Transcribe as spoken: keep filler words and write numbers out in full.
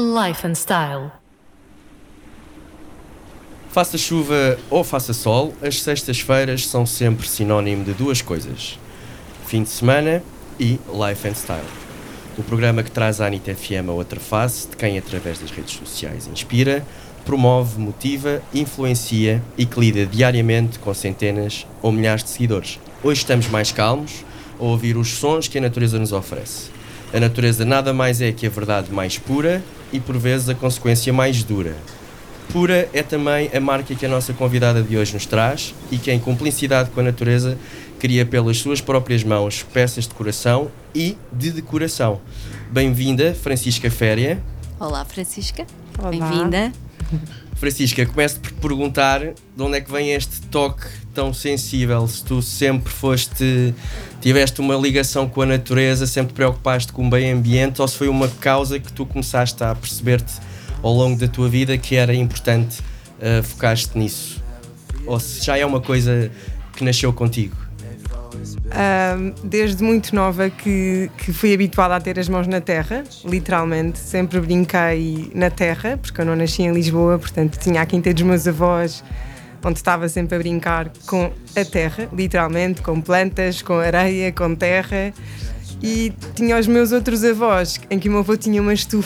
Life and Style. Faça chuva ou faça sol, as sextas-feiras são sempre sinónimo de duas coisas: fim de semana e Life and Style. O programa que traz à Anitta F M a outra face de quem, através das redes sociais, inspira, promove, motiva, influencia e que lida diariamente com centenas ou milhares de seguidores. Hoje estamos mais calmos a ouvir os sons que a natureza nos oferece. A natureza nada mais é que a verdade mais pura e, por vezes, a consequência mais dura. Pura é também a marca que a nossa convidada de hoje nos traz e que, em cumplicidade com a natureza, cria pelas suas próprias mãos peças de coração e de decoração. Bem-vinda, Francisca Féria. Olá, Francisca. Olá. Bem-vinda. Francisca, começo por perguntar de onde é que vem este toque tão sensível. Se tu sempre foste, tiveste uma ligação com a natureza, sempre te preocupaste com o meio ambiente, ou se foi uma causa que tu começaste a perceber-te ao longo da tua vida que era importante uh, focar-te nisso? Ou se já é uma coisa que nasceu contigo? Um, desde muito nova que, que fui habituada a ter as mãos na terra, literalmente. Sempre brinquei na terra, porque eu não nasci em Lisboa, portanto tinha a quinta dos meus avós, onde estava sempre a brincar com a terra, literalmente, com plantas, com areia, com terra. E tinha os meus outros avós, em que o meu avô tinha uma estufa